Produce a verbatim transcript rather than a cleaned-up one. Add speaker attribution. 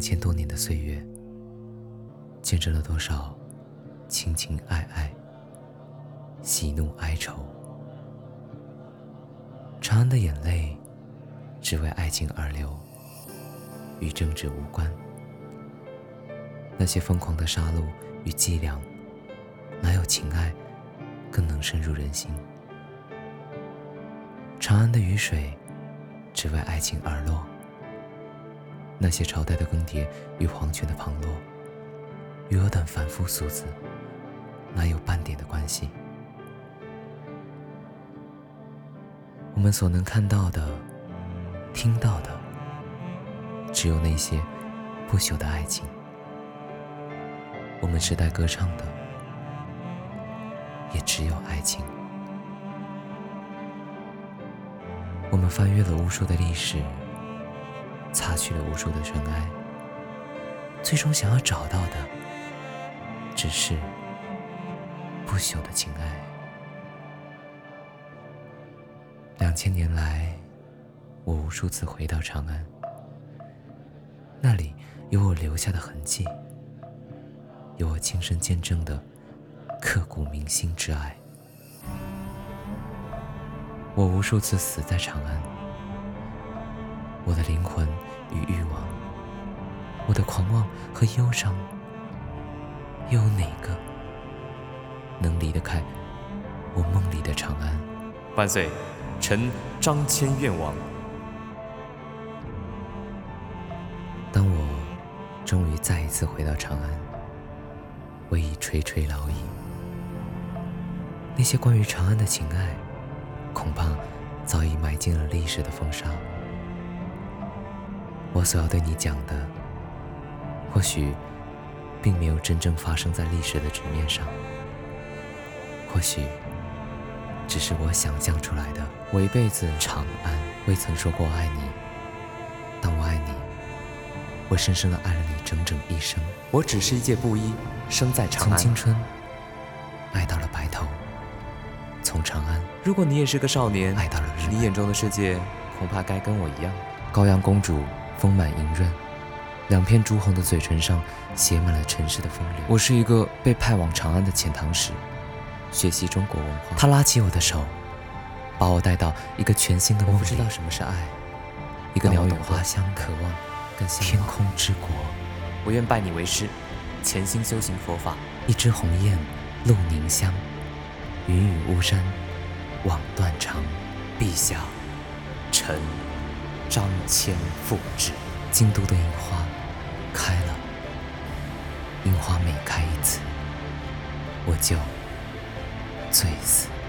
Speaker 1: 千多年的岁月，见证了多少情情爱爱、喜怒哀愁。长安的眼泪只为爱情而流，与政治无关。那些疯狂的杀戮与伎俩，哪有情爱更能深入人心？长安的雨水只为爱情而落，那些朝代的更迭与皇权的旁落，与我等凡夫俗子哪有半点的关系？我们所能看到的、听到的，只有那些不朽的爱情。我们时代歌唱的，也只有爱情。我们翻阅了无数的历史，擦去了无数的尘埃，最终想要找到的，只是不朽的情爱。两千年来，我无数次回到长安，那里有我留下的痕迹，有我亲身见证的刻骨铭心之爱。我无数次死在长安，我的灵魂与欲望，我的狂妄和忧伤，又有哪个能离得开我梦里的长安？
Speaker 2: 万岁，臣张骞愿往。
Speaker 1: 当我终于再一次回到长安，我已垂垂老矣。那些关于长安的情爱，恐怕早已埋进了历史的风沙。我所要对你讲的，或许并没有真正发生在历史的纸面上，或许只是我想象出来的。我一辈子长安未曾说过爱你，但我爱你，我深深地爱了你整整一生。
Speaker 2: 我只是一介布衣，生在长安。
Speaker 1: 从青春爱到了白头，从长安，
Speaker 2: 如果你也是个少年，
Speaker 1: 爱到了日本，
Speaker 2: 你眼中的世界恐怕该跟我一样。
Speaker 1: 高阳公主丰满莹润，两片朱红的嘴唇上写满了尘世的风流。我是一个被派往长安的遣唐使，学习中国文化。他拉起我的手，把我带到一个全新的梦里。我不知道什么是爱，一个鸟语花香、渴望跟天空之国。
Speaker 2: 我愿拜你为师，潜心修行佛法。
Speaker 1: 一枝红艳露凝香，云雨巫山枉断肠。
Speaker 2: 陛下，臣张骞复旨。
Speaker 1: 京都的樱花开了，樱花每开一次，我就醉死。